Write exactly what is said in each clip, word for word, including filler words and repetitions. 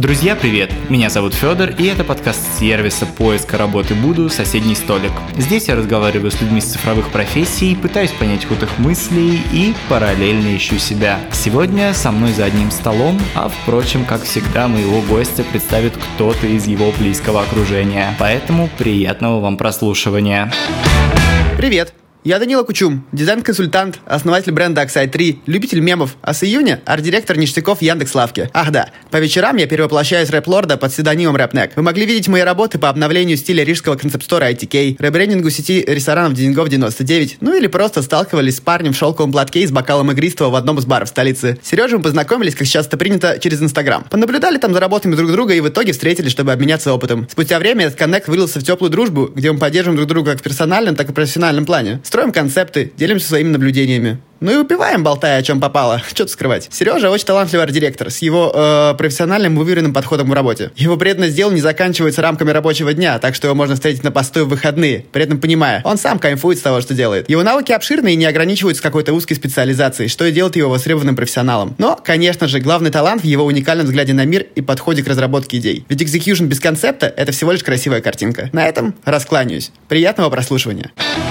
Друзья, привет! Меня зовут Федор, и это подкаст сервиса поиска работы Буду «Соседний столик». Здесь я разговариваю с людьми с цифровых профессий, пытаюсь понять ход их мыслей и параллельно ищу себя. Сегодня со мной за одним столом, а впрочем, как всегда, моего гостя представит кто-то из его близкого окружения. Поэтому приятного вам прослушивания. Привет! Я Данила Кучум, дизайн-консультант, основатель бренда Oxide три, любитель мемов, а с июня арт-директор ништяков Яндекс.Лавки. Ах да, по вечерам я перевоплощаюсь рэп-лорда под псевдонимом Рэпнек. Вы могли видеть мои работы по обновлению стиля рижского концепт-стора ай ти кей, ребрендингу сети ресторанов Деньгов девяносто девять, ну или просто сталкивались с парнем в шелковом платке и с бокалом игристого в одном из баров столицы. С Сережей мы познакомились, как сейчас это принято, через Инстаграм. Понаблюдали там за работами друг друга и в итоге встретились, чтобы обменяться опытом. Спустя время этот коннект вылился в теплую дружбу, где мы поддерживаем друг друга как в персональном, так и в профессиональном плане. Строим концепты, делимся своими наблюдениями. Ну и упиваем, болтая, о чем попало. Что тут скрывать. Сережа очень талантливый арт-директор с его э, профессиональным и уверенным подходом в работе. Его преданность делу не заканчивается рамками рабочего дня, так что его можно встретить на посту в выходные, при этом понимая, он сам кайфует с того, что делает. Его навыки обширны и не ограничиваются какой-то узкой специализацией, что и делает его востребованным профессионалом. Но, конечно же, главный талант в его уникальном взгляде на мир и подходе к разработке идей. Ведь экзекьюшн без концепта — это всего лишь красивая картинка. На этом раскланяюсь. Приятного прослушивания.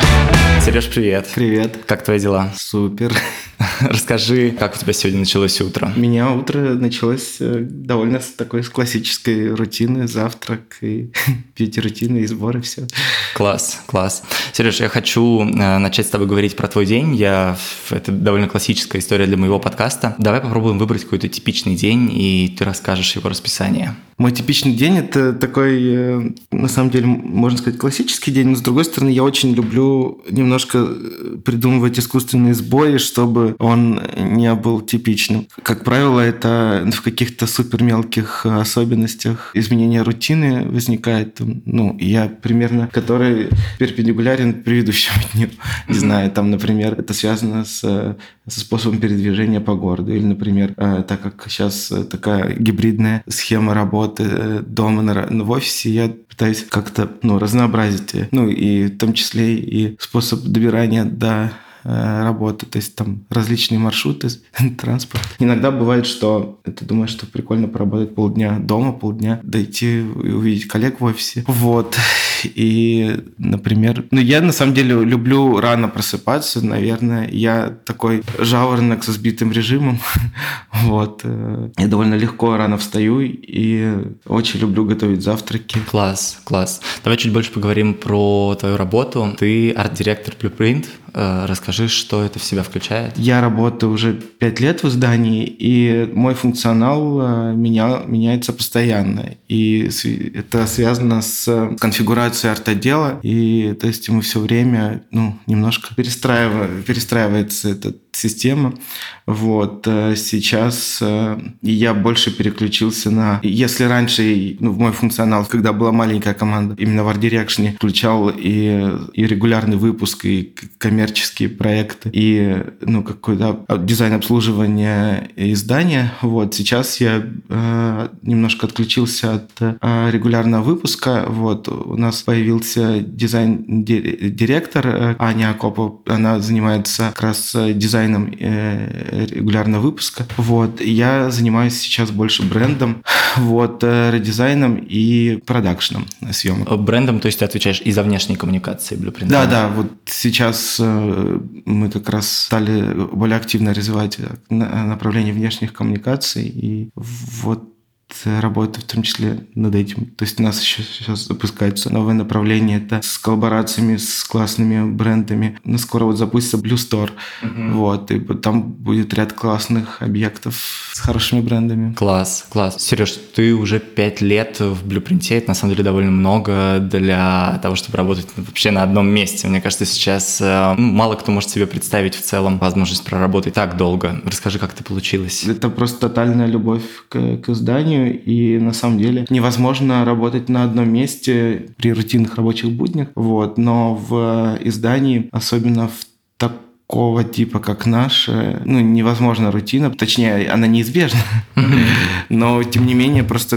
Сереж, привет. Привет. Как твои дела? Супер. Расскажи, как у тебя сегодня началось утро? У меня утро началось довольно с такой классической рутины, завтрак и пьюти-рутины, и сборы, все. Класс, класс. Сереж, я хочу начать с тобой говорить про твой день. Я... Это довольно классическая история для моего подкаста. Давай попробуем выбрать какой-то типичный день, и ты расскажешь его расписание. Мой типичный день – это такой, на самом деле, можно сказать, классический день, но, с другой стороны, я очень люблю немножко придумывать искусственные сбои, чтобы он не был типичным. Как правило, это в каких-то супер мелких особенностях изменения рутины возникает. Ну, я примерно, который перпендикулярен предыдущему дню. Не знаю, там, например, это связано с, со способом передвижения по городу. Или, например, так как сейчас такая гибридная схема работы дома на, в офисе, я пытаюсь как-то ну, разнообразить. Ну, и в том числе и способ добирания до работы, то есть там различные маршруты, транспорт. Иногда бывает, что ты думаешь, что прикольно поработать полдня дома, полдня дойти и увидеть коллег в офисе. Вот. И, например, ну я на самом деле люблю рано просыпаться, наверное. Я такой жаворонок со сбитым режимом. Вот. Я довольно легко рано встаю и очень люблю готовить завтраки. Класс, класс. Давай чуть больше поговорим про твою работу. Ты арт-директор Blueprint. Расскажи, что это в себя включает. Я работаю уже пять лет в издании, и мой функционал меня, меняется постоянно. И это связано с конфигурацией арт-отдела. И то есть мы все время ну, немножко перестраиваем, перестраивается эта система. Вот. Сейчас я больше переключился на... Если раньше ну, в мой функционал, когда была маленькая команда, именно в арт-дирекшене включал и, и регулярный выпуск, и коммерческие проекты, и ну, какой-то дизайн обслуживания издания. Вот. Сейчас я э, немножко отключился от э, регулярного выпуска. Вот. У нас появился дизайн-директор Аня Акопова. Она занимается как раз дизайном регулярного выпуска. Вот. Я занимаюсь сейчас больше брендом, вот, редизайном и продакшном съемок. Брендом, то есть ты отвечаешь и за внешние коммуникации Blueprint? Да, да. Вот сейчас мы как раз стали более активно развивать направление внешних коммуникаций, и вот работаю в том числе над этим. То есть у нас еще сейчас запускается новое направление. Это с коллаборациями с классными брендами. Ну, скоро вот запустится Blue Store. Uh-huh. Вот, и там будет ряд классных объектов с хорошими брендами. Класс, класс. Сереж, ты уже пять лет в Blueprint. Это на самом деле довольно много для того, чтобы работать вообще на одном месте. Мне кажется, сейчас ну, мало кто может себе представить в целом возможность проработать так долго. Расскажи, как это получилось. Это просто тотальная любовь к, к изданию. И на самом деле невозможно работать на одном месте при рутинных рабочих буднях. Вот. Но в издании, особенно в такого типа, как наше, ну, невозможна рутина. Точнее, она неизбежна. Но, тем не менее, просто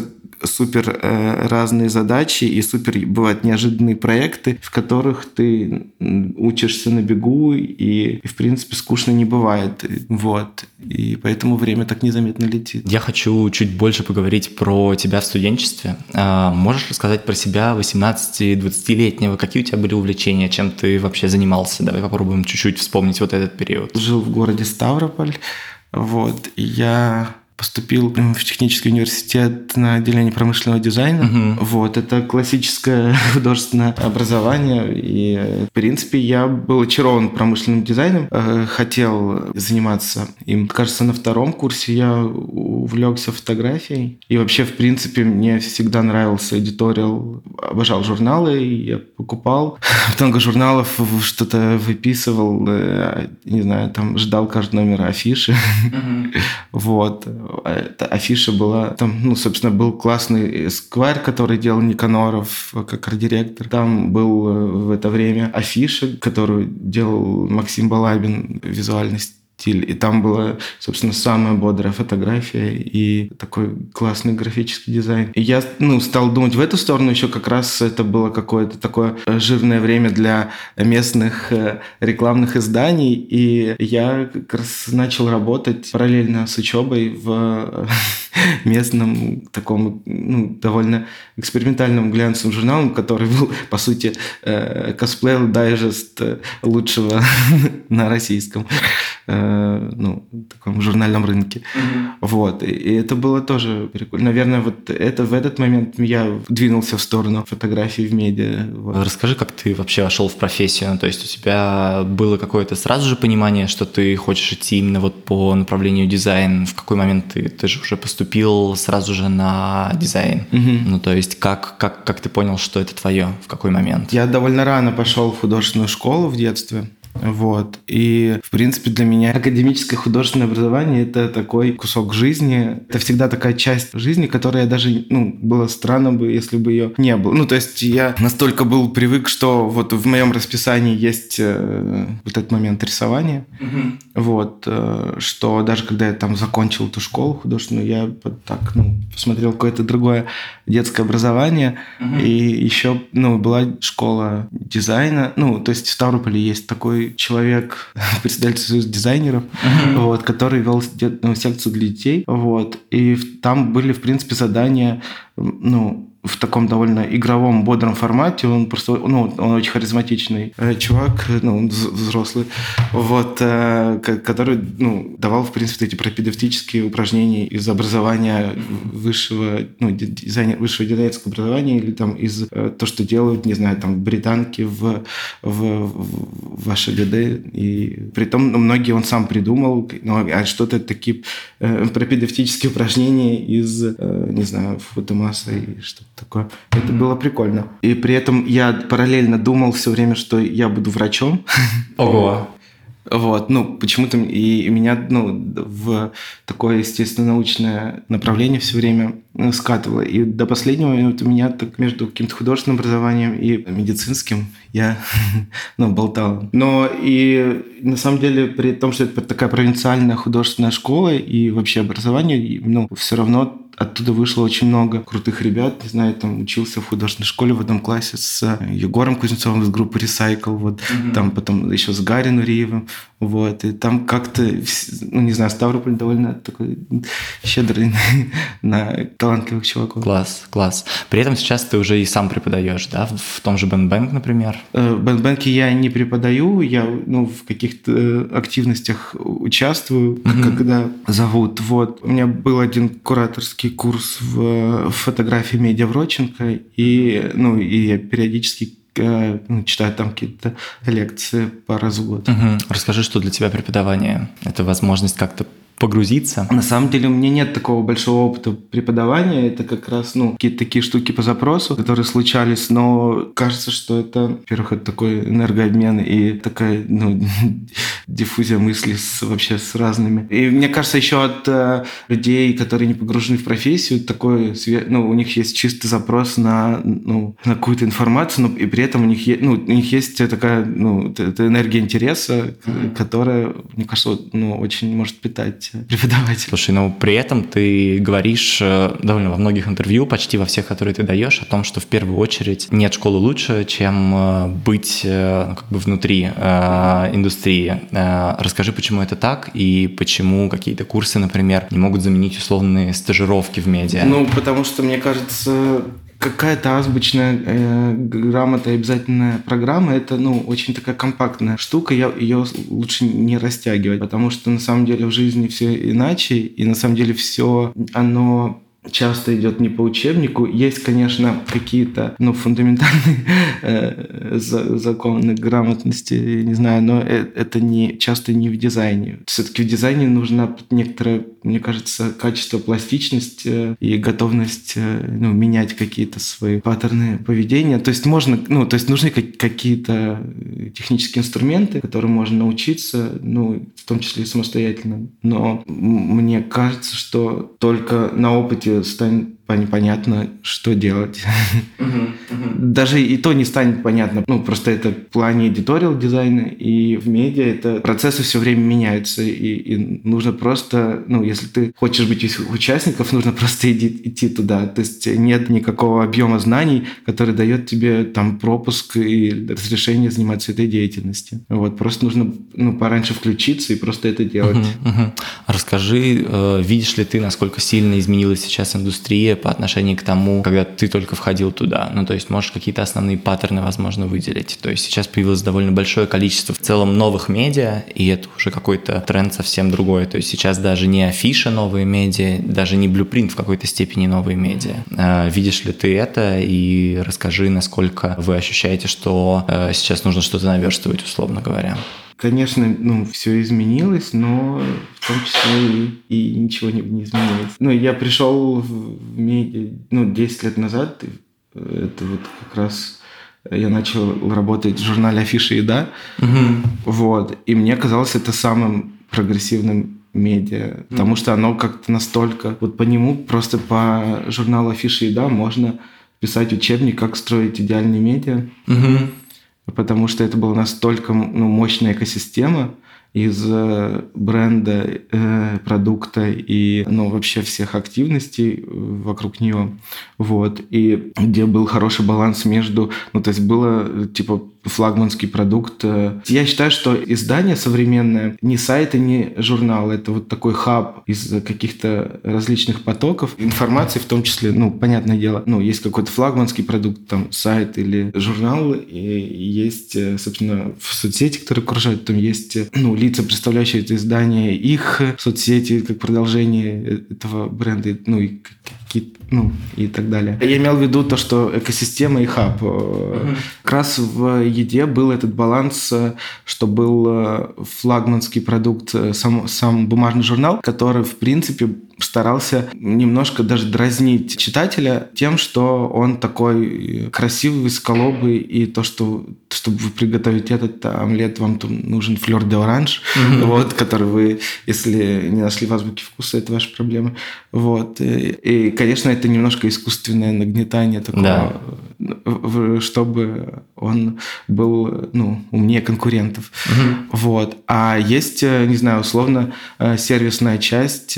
супер э, разные задачи и супер бывают неожиданные проекты, в которых ты учишься на бегу, и, и в принципе, скучно не бывает. Вот. И поэтому время так незаметно летит. Я хочу чуть больше поговорить про тебя в студенчестве. Можешь рассказать про себя восемнадцати-двадцатилетнего? Какие у тебя были увлечения? Чем ты вообще занимался? Давай попробуем чуть-чуть вспомнить вот этот период. Жил в городе Ставрополь. Вот. И я поступил в технический университет на отделение промышленного дизайна. Uh-huh. Вот, это классическое художественное образование. И, в принципе, я был очарован промышленным дизайном. Хотел заниматься им. Кажется, на втором курсе я увлекся фотографией. И вообще, в принципе, мне всегда нравился эдиториал. Обожал журналы, я покупал много журналов, что-то выписывал. Не знаю, там ждал каждый номер афиши. Uh-huh. Вот. Эта афиша была... Там, ну, собственно, был классный сквайр, который делал Никаноров как арт-директор. Там был в это время афиша, которую делал Максим Балабин, визуальный стиль. И там была, собственно, самая бодрая фотография и такой классный графический дизайн. И я, ну, стал думать в эту сторону. Еще как раз это было какое-то такое жирное время для местных рекламных изданий. И я как раз начал работать параллельно с учебой в местном таком, ну, довольно экспериментальном глянцевом журнале, который был, по сути, косплей дайджест лучшего на российском, ну, таком журнальном рынке. Mm-hmm. Вот. И это было тоже прикольно. Наверное, вот это в этот момент я двинулся в сторону фотографии в медиа. Вот. Расскажи, как ты вообще вошел в профессию. То есть у тебя было какое-то сразу же понимание, что ты хочешь идти именно вот по направлению дизайн? В какой момент ты, ты же уже поступил сразу же на дизайн? Mm-hmm. Ну, то есть как, как, как ты понял, что это твое? В какой момент? Я довольно рано пошел в художественную школу в детстве. Вот. И, в принципе, для меня академическое художественное образование – это такой кусок жизни. Это всегда такая часть жизни, которая даже, ну, было странно бы, если бы ее не было. Ну, то есть я настолько был привык, что вот в моем расписании есть э, вот этот момент рисования. Mm-hmm. Вот. Э, что даже когда я там закончил эту школу художественную, я вот так, ну, посмотрел какое-то другое детское образование. Mm-hmm. И еще, ну, была школа дизайна. Ну, то есть в Ставрополе есть такой человек, председатель союза дизайнеров, uh-huh. вот, который вел секцию для детей. Вот, и там были, в принципе, задания, ну, в таком довольно игровом, бодром формате. Он просто, ну, он очень харизматичный чувак, ну, он взрослый, вот, который, ну, давал, в принципе, эти пропедевтические упражнения из образования высшего, ну, дизайнер, высшего дизайнерского образования или там из то, что делают, не знаю, там, британки в, в, в вашей ГД. И при том, ну, многие он сам придумал, ну, а что-то такие пропедевтические упражнения из, не знаю, фотомасса и что-то такое. Это mm-hmm. было прикольно. И при этом я параллельно думал все время, что я буду врачом. Ого! Вот, ну, почему-то и меня, ну, в такое естественно-научное направление все время скатывало. И до последнего момента у меня так между каким-то художественным образованием и медицинским я, ну, болтал. Но и на самом деле при том, что это такая провинциальная художественная школа и вообще образование, ну, все равно оттуда вышло очень много крутых ребят. Не знаю, там учился в художественной школе в одном классе с Егором Кузнецовым из группы Recycle, вот, mm-hmm. там потом еще с Гарри Нуриевым, вот, и там как-то, ну, не знаю, Ставрополь довольно такой щедрый на талантливых чуваков. Класс, класс. При этом сейчас ты уже и сам преподаешь, да, в том же Бэнд-Бэнк, например? В Бэнд-Бэнке я не преподаю, я, ну, в каких-то активностях участвую, mm-hmm. когда зовут, вот. У меня был один кураторский курс в фотографии медиа Вроченко, и, ну, и я периодически ну, читаю там какие-то лекции по раз в год. Угу. Расскажи, что для тебя преподавание? Это возможность как-то погрузиться? На самом деле у меня нет такого большого опыта преподавания. Это как раз, ну, какие-то такие штуки по запросу, которые случались, но кажется, что это, во-первых, это такой энергообмен и такая, ну, диффузия мыслей с, вообще с разными. И мне кажется, еще от э, людей, которые не погружены в профессию, такой, ну, у них есть чистый запрос на, ну, на какую-то информацию, но и при этом у них, е- ну, у них есть такая, ну, это энергия интереса, которая, мне кажется, ну, очень может питать преподаватель. Слушай, ну при этом ты говоришь довольно во многих интервью, почти во всех, которые ты даешь, о том, что в первую очередь нет школы лучше, чем быть ну, как бы внутри э, индустрии. Э, расскажи, почему это так и почему какие-то курсы, например, не могут заменить условные стажировки в медиа? Ну, потому что, мне кажется, какая-то азбучная э, грамота и обязательная программа – это, ну, очень такая компактная штука, я, ее лучше не растягивать, потому что, на самом деле, в жизни все иначе, и, на самом деле, все, оно часто идет не по учебнику. Есть, конечно, какие-то, ну, фундаментальные э, законы грамотности, не знаю, но это не, часто не в дизайне. Все-таки в дизайне нужна некоторая, мне кажется, качество, пластичность э, и готовность э, ну, менять какие-то свои паттерны поведения. То есть можно, ну, то есть нужны какие-то технические инструменты, которым можно научиться, ну, в том числе и самостоятельно. Но мне кажется, что только на опыте станет понятно, что делать. Uh-huh, uh-huh. Даже и то не станет понятно. Ну, просто это в плане эдиториал дизайна и в медиа это процессы все время меняются. И, и нужно просто, ну, если ты хочешь быть из участников, нужно просто иди, идти туда. То есть нет никакого объема знаний, который дает тебе там пропуск и разрешение заниматься этой деятельностью. Вот, просто нужно, ну, пораньше включиться и просто это делать. Uh-huh, uh-huh. Расскажи, видишь ли ты, насколько сильно изменилась сейчас индустрия по отношению к тому, когда ты только входил туда? Ну, то есть можешь какие-то основные паттерны, возможно, выделить. То есть сейчас появилось довольно большое количество в целом новых медиа, и это уже какой-то тренд совсем другой. То есть сейчас даже не афиша новые медиа, даже не блюпринт в какой-то степени новые медиа. А, видишь ли ты это? И расскажи, насколько вы ощущаете, что а, сейчас нужно что-то наверстывать, условно говоря. Конечно, ну, все изменилось, но в том числе и, и ничего не, не изменилось. Ну, я пришел в медиа, ну, десять лет назад, это вот как раз я начал работать в журнале «Афиша еда», угу. Вот, и мне казалось это самым прогрессивным медиа, потому mm-hmm. что оно как-то настолько... Вот по нему, просто по журналу «Афиша еда» можно писать учебник, как строить идеальные медиа. Mm-hmm. Потому что это была настолько, ну, мощная экосистема из бренда, э, продукта и, ну, вообще всех активностей вокруг нее. Вот. И где был хороший баланс между... Ну, то есть было, типа, флагманский продукт. Я считаю, что издание современное не сайт и не журнал. Это вот такой хаб из каких-то различных потоков информации, в том числе, ну, понятное дело, ну, есть какой-то флагманский продукт, там, сайт или журнал, и есть, собственно, в соцсети, которые окружают, там есть, ну, лица, представляющие это издание, их соцсети как продолжение этого бренда, ну, и ну, и так далее. Я имел в виду то, что экосистема и хаб. Mm-hmm. Как раз в еде был этот баланс, что был флагманский продукт, сам, сам бумажный журнал, который, в принципе, старался немножко даже дразнить читателя тем, что он такой красивый, сколобый, и то, что чтобы вы приготовить этот омлет, вам тут нужен флёр де оранж, mm-hmm. вот, который вы, если не нашли в азбуке вкуса, это ваша проблема. Вот. И, и, конечно, это немножко искусственное нагнетание такого, да. чтобы он был, ну, умнее конкурентов. Mm-hmm. Вот. А есть, не знаю, условно, сервисная часть,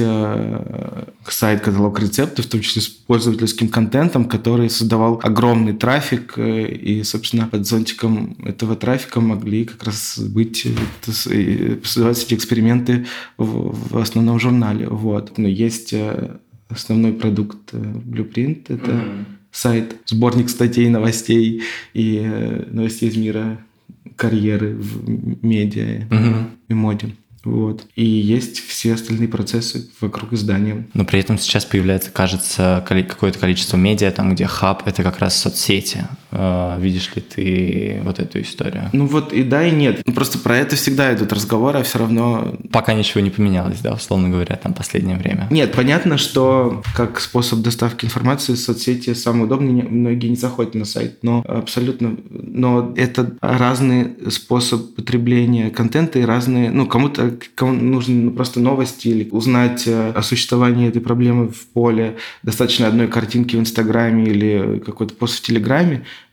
сайт «Каталог рецептов», в том числе с пользовательским контентом, который создавал огромный трафик, и, собственно, под зонтиком этого трафика могли как раз быть, создаваться эти эксперименты в, в основном журнале. Вот. Но есть основной продукт Blueprint, это mm-hmm. сайт, сборник статей, новостей и новостей из мира карьеры в медиа mm-hmm. и моде. Вот. И есть все остальные процессы вокруг издания. Но при этом сейчас появляется, кажется, какое-то количество медиа, там, где хаб – это как раз соцсети. Видишь ли ты вот эту историю? Ну вот и да, и нет. Просто про это всегда идут разговоры, а все равно... Пока ничего не поменялось, да, условно говоря, там, последнее время. Нет, понятно, что как способ доставки информации соцсети самый удобный, многие не заходят на сайт, но абсолютно... Но это разный способ потребления контента и разные... Ну, кому-то кому нужны просто новости или узнать о существовании этой проблемы в поле, достаточно одной картинки в Инстаграме или какой-то пост в Телеграме.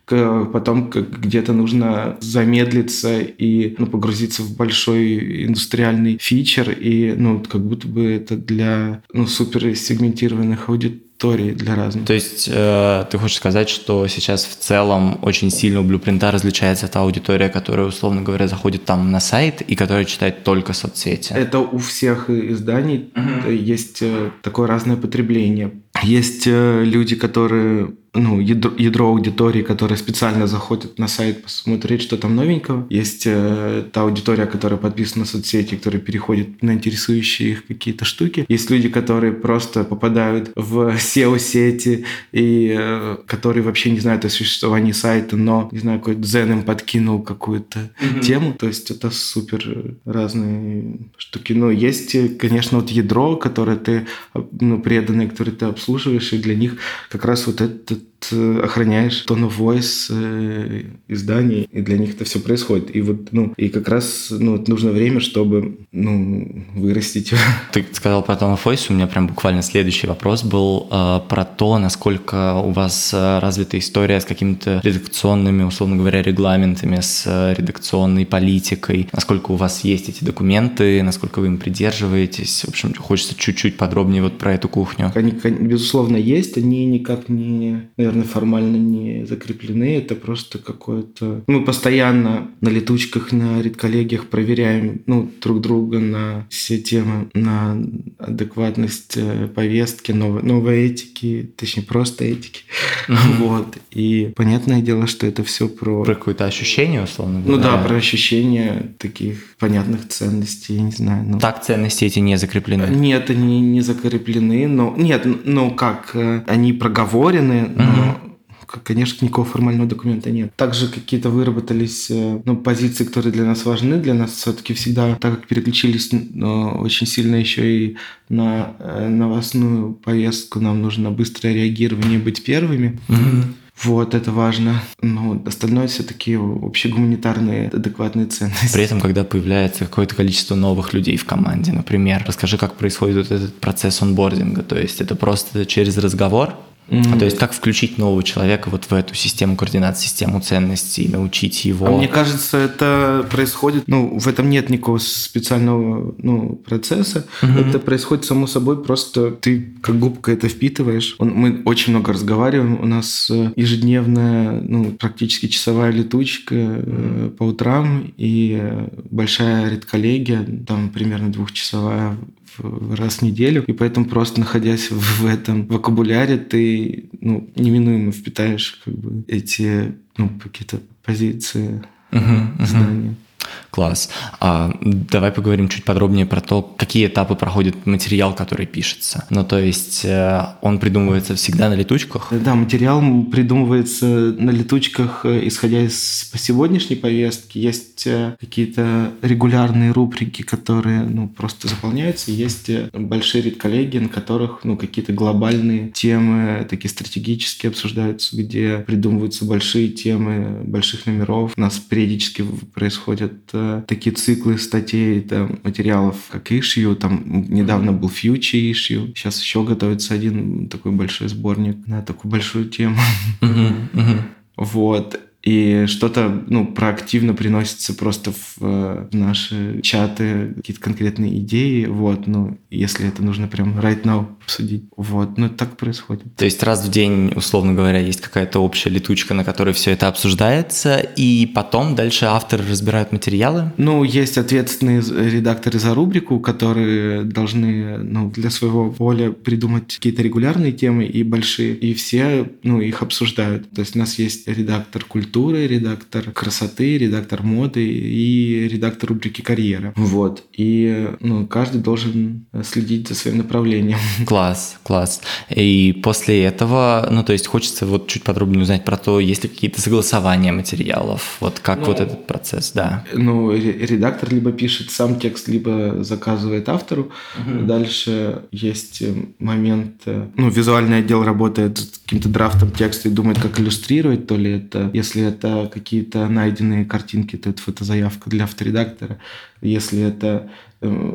потом где-то нужно замедлиться и ну, погрузиться в большой индустриальный фичер, и ну, как будто бы это для ну, суперсегментированных аудиторий, для разных. То есть э, ты хочешь сказать, что сейчас в целом очень сильно у Blueprint различается та аудитория, которая, условно говоря, заходит там на сайт и которая читает только соцсети? Это у всех изданий uh-huh. есть такое разное потребление. Есть люди, которые, ну, ядро, ядро аудитории, которые специально заходят на сайт посмотреть, что там новенького. Есть э, та аудитория, которая подписана на соцсети, которая переходит на интересующие их какие-то штуки. Есть люди, которые просто попадают в сео-сети и э, которые вообще не знают о существовании сайта, но, не знаю, какой-то дзен им подкинул какую-то mm-hmm. тему. То есть это супер разные штуки. Ну, есть, конечно, вот ядро, которое ты, ну, преданное, которое ты обслуживаешь, и для них как раз вот этот охраняешь tone of voice э, изданий, и для них это все происходит. И вот, ну, и как раз, ну, нужно время, чтобы, ну, вырастить. Ты сказал про tone of voice, у меня прям буквально следующий вопрос был э, про то, насколько у вас развита история с какими-то редакционными, условно говоря, регламентами, с редакционной политикой, насколько у вас есть эти документы, насколько вы им придерживаетесь. В общем, хочется чуть-чуть подробнее вот про эту кухню. Они, безусловно, есть, они никак не, наверное, формально не закреплены, это просто какое-то... Мы постоянно на летучках, на редколлегиях проверяем, ну, друг друга на все темы, на адекватность повестки, новой, новой этики, точнее, просто этики. Mm-hmm. Вот. И понятное дело, что это все про... Про какое-то ощущение, условно говоря. Ну да, про ощущение таких понятных ценностей, я не знаю. Ну... Так ценности эти не закреплены? Нет, они не закреплены, но... Нет, ну как, они проговорены, но... Mm-hmm. Конечно, никакого формального документа нет. Также какие-то выработались ну, позиции, которые для нас важны. Для нас все-таки всегда, так как переключились ну, очень сильно еще и на новостную повестку, нам нужно быстрое реагирование, быть первыми. Mm-hmm. Вот, это важно. Но остальное все-таки общегуманитарные, адекватные ценности. При этом, когда появляется какое-то количество новых людей в команде, например, расскажи, как происходит вот этот процесс онбординга. То есть это просто через разговор? Mm-hmm. То есть как включить нового человека вот в эту систему координат, систему ценностей, научить его? А мне кажется, это происходит, ну, в этом нет никакого специального ну, процесса. Mm-hmm. Это происходит само собой, просто ты как губка это впитываешь. Он, мы очень много разговариваем, у нас ежедневная, ну, практически часовая летучка mm-hmm. по утрам и большая редколлегия, там примерно двухчасовая раз в неделю, и поэтому просто находясь в этом вокабуляре, ты ну, неминуемо впитаешь как бы, эти ну, какие-то позиции uh-huh, знания. Uh-huh. Класс. А, давай поговорим чуть подробнее про то, какие этапы проходит материал, который пишется. Ну, то есть он придумывается всегда на летучках? Да, материал придумывается на летучках, исходя из сегодняшней повестки. Есть какие-то регулярные рубрики, которые ну, просто заполняются. Есть большие редколлегии, на которых ну, какие-то глобальные темы, такие стратегические обсуждаются, где придумываются большие темы больших номеров. У нас периодически происходят такие циклы статей, там, материалов, как issue, там недавно был future issue, сейчас еще готовится один такой большой сборник на такую большую тему. Uh-huh, uh-huh. Вот. И что-то ну, проактивно приносится просто в, в наши чаты, какие-то конкретные идеи, вот, ну, если это нужно прям right now обсудить, вот, ну, так происходит. То есть раз в день, условно говоря, есть какая-то общая летучка, на которой все это обсуждается, и потом дальше авторы разбирают материалы? Ну, есть ответственные редакторы за рубрику, которые должны, ну, для своего поля придумать какие-то регулярные темы и большие, и все, ну, их обсуждают. То есть у нас есть редактор культуры, редактор красоты, редактор моды и редактор рубрики «Карьера». Вот. И ну, каждый должен следить за своим направлением. Класс, класс. И после этого, ну, то есть хочется вот чуть подробнее узнать про то, есть ли какие-то согласования материалов, вот как ну, вот этот процесс, да. Ну, редактор либо пишет сам текст, либо заказывает автору. Угу. Дальше есть момент, ну, визуальный отдел работает с каким-то драфтом текста и думает, как иллюстрировать, то ли это, если это какие-то найденные картинки, то это фотозаявка для авторедактора. Если это э,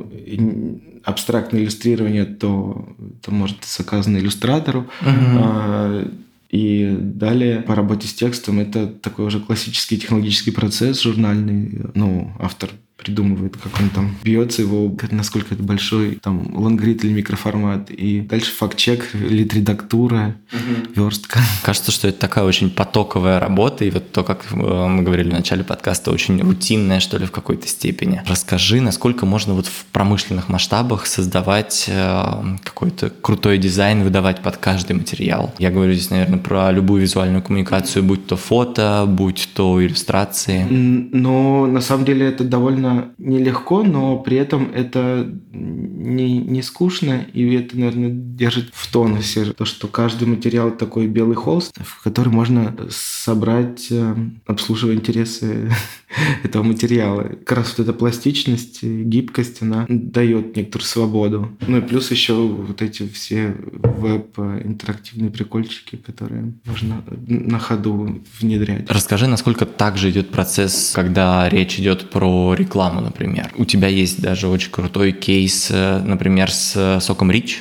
абстрактное иллюстрирование, то это может быть заказано иллюстратору. Uh-huh. А, И далее по работе с текстом это такой уже классический технологический процесс журнальный. Ну, автор придумывает, как он там бьется, его, насколько это большой, там, лонгрид или микроформат. И дальше факт-чек, лид-редактура, угу. верстка. Кажется, что это такая очень потоковая работа, и вот то, как мы говорили в начале подкаста, очень рутинная, что ли, в какой-то степени. Расскажи, насколько можно вот в промышленных масштабах создавать какой-то крутой дизайн, выдавать под каждый материал. Я говорю здесь, наверное, про любую визуальную коммуникацию, будь то фото, будь то иллюстрации. Но на самом деле это довольно нелегко, но при этом это не, не скучно, и это, наверное, держит в тонусе. То, что каждый материал такой белый холст, в который можно собрать, обслуживая интересы этого материала. Как раз вот эта пластичность, гибкость, она дает некоторую свободу. Ну и плюс еще вот эти все веб-интерактивные прикольчики, которые можно на ходу внедрять. Расскажи, насколько также идет процесс, когда речь идет про рекламу, например. У тебя есть даже очень крутой кейс, например, с соком Рич,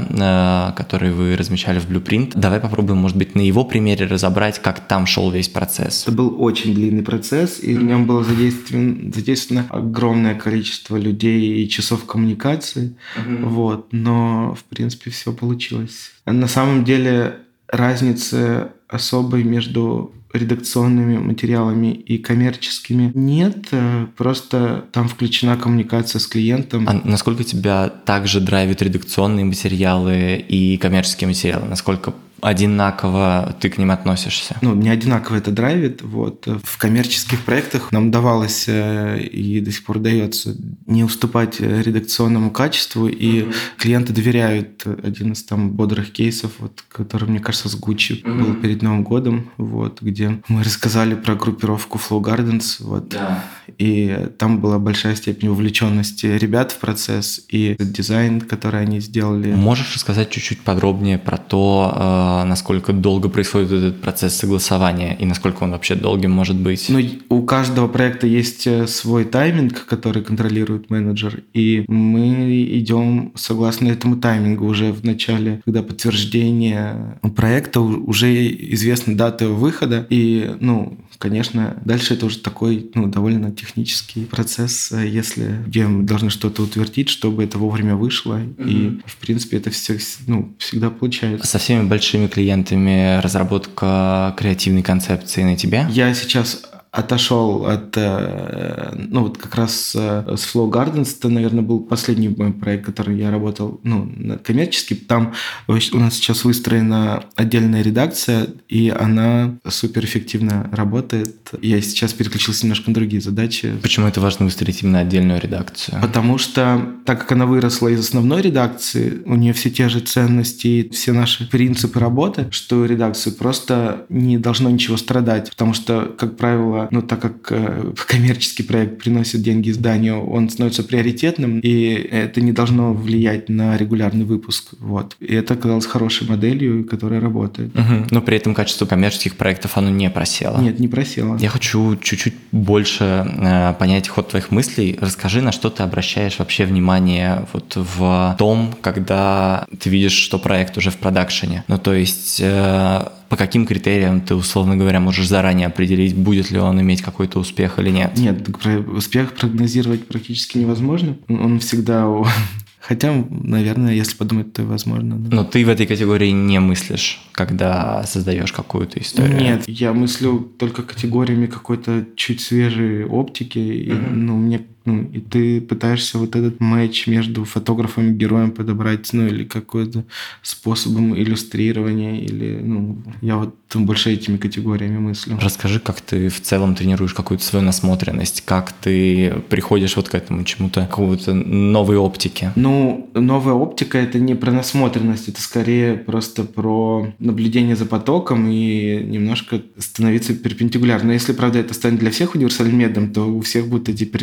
да, который вы размещали в Blueprint. Давай попробуем, может быть, на его примере разобрать, как там шел весь процесс. Это был очень длинный процесс, и в нем было задействовано, задействовано огромное количество людей и часов коммуникации. Mm-hmm. Вот. Но, в принципе, все получилось. На самом деле разницы особой между редакционными материалами и коммерческими нет, просто там включена коммуникация с клиентом. А насколько тебя также драйвят редакционные материалы и коммерческие материалы? Насколько одинаково ты к ним относишься? Ну, не одинаково это драйвит. Вот. В коммерческих проектах нам давалось и до сих пор дается не уступать редакционному качеству, и mm-hmm. клиенты доверяют. Один из там бодрых кейсов, вот, который, мне кажется, с Gucci mm-hmm. был перед Новым годом, вот, где мы рассказали про группировку Flow Gardens, вот, yeah. и там была большая степень вовлеченности ребят в процесс и дизайн, который они сделали. Можешь рассказать чуть-чуть подробнее про то, насколько долго происходит этот процесс согласования и насколько он вообще долгим может быть? Ну, у каждого проекта есть свой тайминг, который контролирует менеджер, и мы идем согласно этому таймингу уже в начале, когда подтверждение проекта, уже известна дата выхода, и, ну, конечно, дальше это уже такой, ну, довольно технический процесс, если где мы должны что-то утвердить, чтобы это вовремя вышло, mm-hmm. и, в принципе, это все, ну, всегда получается. Со всеми большими клиентами разработка креативной концепции на тебя? Я сейчас отошел от, ну вот как раз с Flow Gardens, это, наверное, был последний мой проект, который я работал, ну, коммерчески. Там у нас сейчас выстроена отдельная редакция, и она суперэффективно работает. Я сейчас переключился немножко на другие задачи. Почему это важно выстроить именно отдельную редакцию? Потому что, так как она выросла из основной редакции, у нее все те же ценности и все наши принципы работы, что редакции просто не должно ничего страдать, потому что, как правило, но так как э, коммерческий проект приносит деньги изданию, он становится приоритетным, и это не должно влиять на регулярный выпуск. Вот. И это оказалось хорошей моделью, которая работает. Угу. Но при этом качество коммерческих проектов, оно не просело. Нет, не просело. Я хочу чуть-чуть больше э, понять ход твоих мыслей. Расскажи, на что ты обращаешь вообще внимание вот в том, когда ты видишь, что проект уже в продакшене. Ну, то есть... Э, по каким критериям ты, условно говоря, можешь заранее определить, будет ли он иметь какой-то успех или нет? Нет, успех прогнозировать практически невозможно. Он всегда... Хотя, наверное, если подумать, то и возможно. Да. Но ты в этой категории не мыслишь, когда создаешь какую-то историю? Нет, я мыслю только категориями какой-то чуть свежей оптики. Mm-hmm. И, ну, мне Ну, и ты пытаешься вот этот матч между фотографом и героем подобрать, ну, или какой-то способом иллюстрирования, или, ну, я вот больше этими категориями мыслю. Расскажи, как ты в целом тренируешь какую-то свою насмотренность, как ты приходишь вот к этому чему-то, какому-то новой оптике? Ну, новая оптика — это не про насмотренность, это скорее просто про наблюдение за потоком и немножко становиться перпендикулярно. Но если, правда, это станет для всех универсальным методом, то у всех будут эти перпендикулярные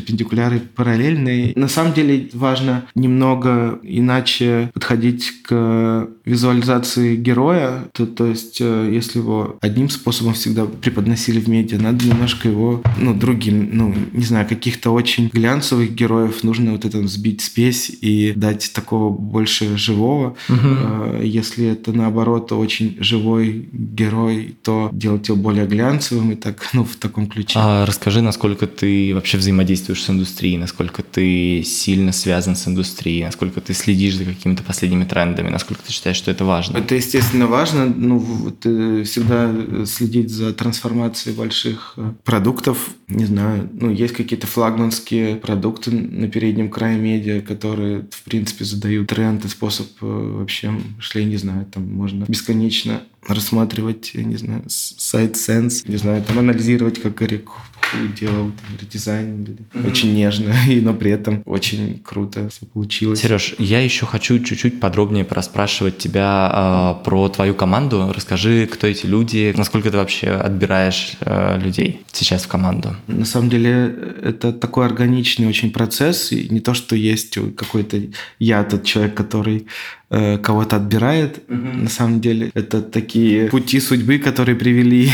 пиары параллельные. На самом деле важно немного иначе подходить к визуализации героя. То, то есть, если его одним способом всегда преподносили в медиа, надо немножко его, ну, другим, ну, не знаю, каких-то очень глянцевых героев нужно вот это сбить спесь и дать такого больше живого. Угу. Если это, наоборот, очень живой герой, то делать его более глянцевым и так, ну, в таком ключе. А расскажи, насколько ты вообще взаимодействуешь с индустрией, насколько ты сильно связан с индустрией, насколько ты следишь за какими-то последними трендами, насколько ты считаешь, что это важно? Это, естественно, важно. Ну, вот, всегда следить за трансформацией больших продуктов. Не знаю, ну, есть какие-то флагманские продукты на переднем крае медиа, которые, в принципе, задают тренд и способ вообще мышления, не знаю, там можно бесконечно рассматривать, я не знаю, сайт Sense, не знаю, там анализировать, как Гарри делал редизайн. Mm-hmm. Очень нежно, и, но при этом очень круто все получилось. Сереж, я еще хочу чуть-чуть подробнее проспрашивать тебя э, про твою команду. Расскажи, кто эти люди, насколько ты вообще отбираешь э, людей сейчас в команду? На самом деле это такой органичный очень процесс, и не то, что есть какой-то я тот человек, который э, кого-то отбирает. Mm-hmm. На самом деле это такие пути судьбы, которые привели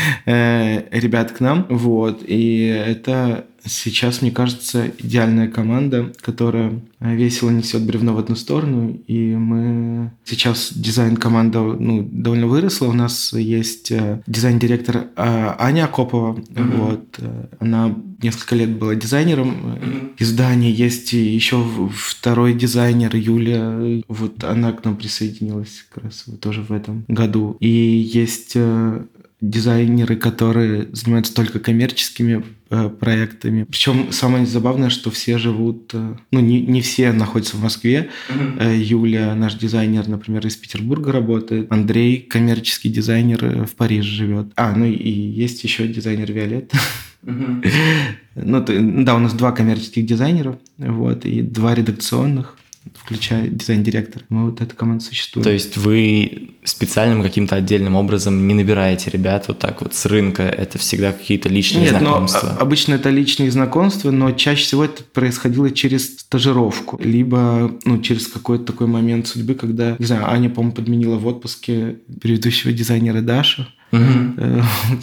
э, ребят к нам. Вот. И это сейчас, мне кажется, идеальная команда, которая весело несет бревно в одну сторону. И мы сейчас дизайн-команда, ну, довольно выросла. У нас есть дизайн-директор Аня Акопова. Mm-hmm. Вот. Она несколько лет была дизайнером mm-hmm. издания. Есть еще второй дизайнер Юлия. Вот она к нам присоединилась как раз тоже в этом году. И есть дизайнеры, которые занимаются только коммерческими э, проектами. Причем самое забавное, что все живут... Э, ну, не, не все находятся в Москве. Mm-hmm. Э, Юля, наш дизайнер, например, из Петербурга работает. Андрей, коммерческий дизайнер, в Париже живет. А, ну и есть еще дизайнер Виолетта. Mm-hmm. ну, то, да, у нас два коммерческих дизайнера, вот, и два редакционных, включая дизайн-директора. Мы вот эта команда существует. То есть вы специальным каким-то отдельным образом не набираете ребят вот так вот с рынка? Это всегда какие-то личные Нет, знакомства? Нет, обычно это личные знакомства, но чаще всего это происходило через стажировку. Либо ну, через какой-то такой момент судьбы, когда, не знаю, Аня, по-моему, подменила в отпуске предыдущего дизайнера Дашу. Угу.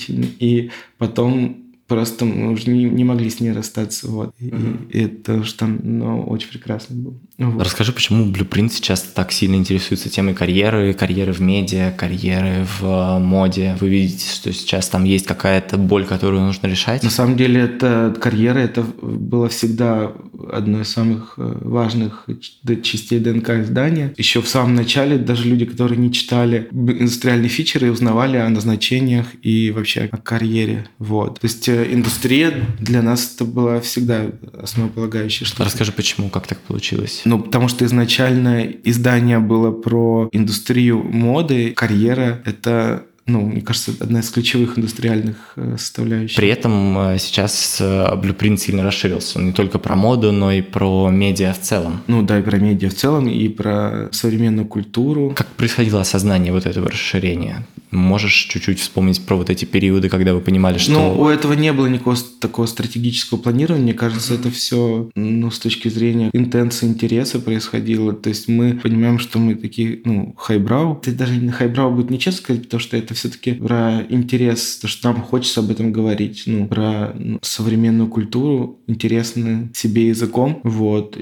И потом... Просто мы уже не, не могли с ней расстаться. Вот. И, mm-hmm. и это же там ну, очень прекрасно было. Вот. Расскажи, почему Blueprint сейчас так сильно интересуется темой карьеры, карьеры в медиа, карьеры в моде. Вы видите, что сейчас там есть какая-то боль, которую нужно решать? На самом деле, это карьера, это было всегда одной из самых важных частей ДНК издания. Еще в самом начале даже люди, которые не читали индустриальные фичеры, узнавали о назначениях и вообще о карьере. Вот. То есть индустрия для нас это была всегда основополагающая штука. Расскажи, почему, как так получилось? Ну, потому что изначально издание было про индустрию моды, карьера – это... Ну, мне кажется, одна из ключевых индустриальных составляющих. При этом сейчас Blueprint сильно расширился. Не только про моду, но и про медиа в целом. Ну да, и про медиа в целом, и про современную культуру. Как происходило осознание вот этого расширения? Можешь чуть-чуть вспомнить про вот эти периоды, когда вы понимали, что... Ну, у этого не было никакого такого стратегического планирования. Мне кажется, это все, ну, с точки зрения интенции интереса происходило. То есть мы понимаем, что мы такие, ну, хайбрау. Это даже не хайбрау будет нечестно сказать, потому что это все-таки про интерес, то, что нам хочется об этом говорить, ну, про ну, современную культуру, интересно себе языком, вот,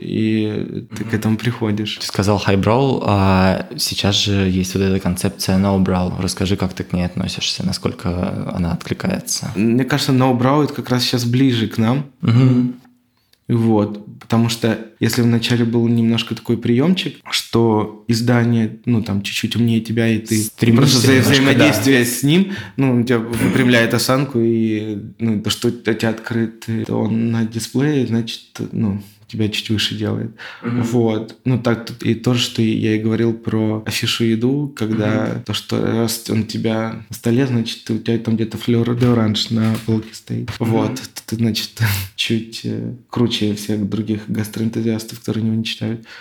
и ты к этому приходишь. Ты сказал highbrow, а сейчас же есть вот эта концепция no-brow. Расскажи, как ты к ней относишься, насколько она откликается? Мне кажется, no-brow это как раз сейчас ближе к нам. Угу. Вот, потому что если вначале был немножко такой приемчик, что издание, ну, там, чуть-чуть умнее тебя, и ты просто за взаимодействие да. с ним, ну, он тебя выпрямляет осанку, и, ну, то, что у тебя открыт, то он на дисплее, значит, ну, тебя чуть выше делает. Mm-hmm. Вот. Ну, так тут и то, что я и говорил про афишу еду, когда mm-hmm. то, что раз он у тебя на столе, значит, у тебя там где-то флёр-де-оранж на полке стоит. Mm-hmm. Вот. Ты, значит, чуть круче всех других гастроэнтузиастов, которые его не читают.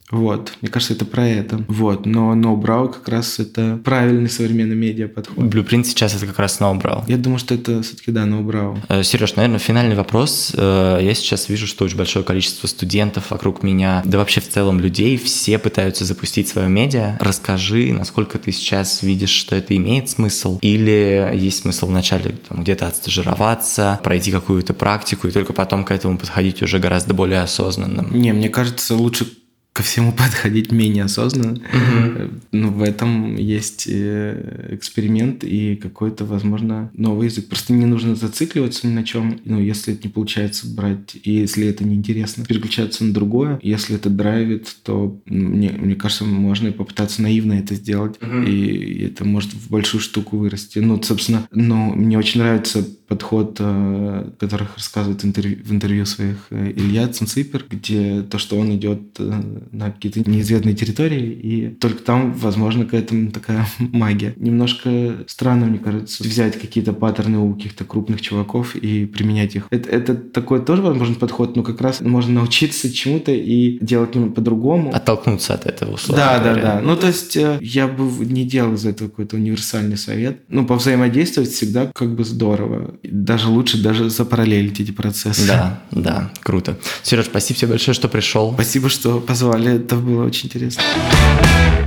Вот, мне кажется, это про это. Вот, но ноу-брау как раз это правильный современный медиа подход. Blueprint сейчас это как раз ноу-брау. Я думаю, что это все-таки, да, ноу-брау. Сереж, наверное, финальный вопрос. Я сейчас вижу, что очень большое количество студентов вокруг меня, да вообще в целом людей, все пытаются запустить свое медиа. Расскажи, насколько ты сейчас видишь, что это имеет смысл, или есть смысл вначале там, где-то отстажироваться, пройти какую-то практику и только потом к этому подходить уже гораздо более осознанным? Не, мне кажется, лучше ко всему подходить менее осознанно. Mm-hmm. Но в этом есть эксперимент и какой-то, возможно, новый язык. Просто не нужно зацикливаться ни на чем. Ну, если это не получается брать, и если это неинтересно, переключаться на другое. Если это драйвит, то, мне, мне кажется, можно и попытаться наивно это сделать. Mm-hmm. И это может в большую штуку вырасти. Ну, собственно, ну, мне очень нравится подход, который рассказывает интервью, в интервью своих Илья Цинципер, где то, что он идет на какие-то неизведанные территории, и только там, возможно, к этому такая магия. Немножко странно, мне кажется, взять какие-то паттерны у каких-то крупных чуваков и применять их. Это, это такой тоже, возможно, подход, но как раз можно научиться чему-то и делать немного по-другому. Оттолкнуться от этого, условно Да, говоря. да, да. Ну, то есть я бы не делал из этого какой-то универсальный совет. Ну, повзаимодействовать всегда как бы здорово. Даже лучше даже запараллелить эти процессы. Да, да, круто. Сереж, спасибо тебе большое, что пришел. Спасибо, что позвали. Это было очень интересно.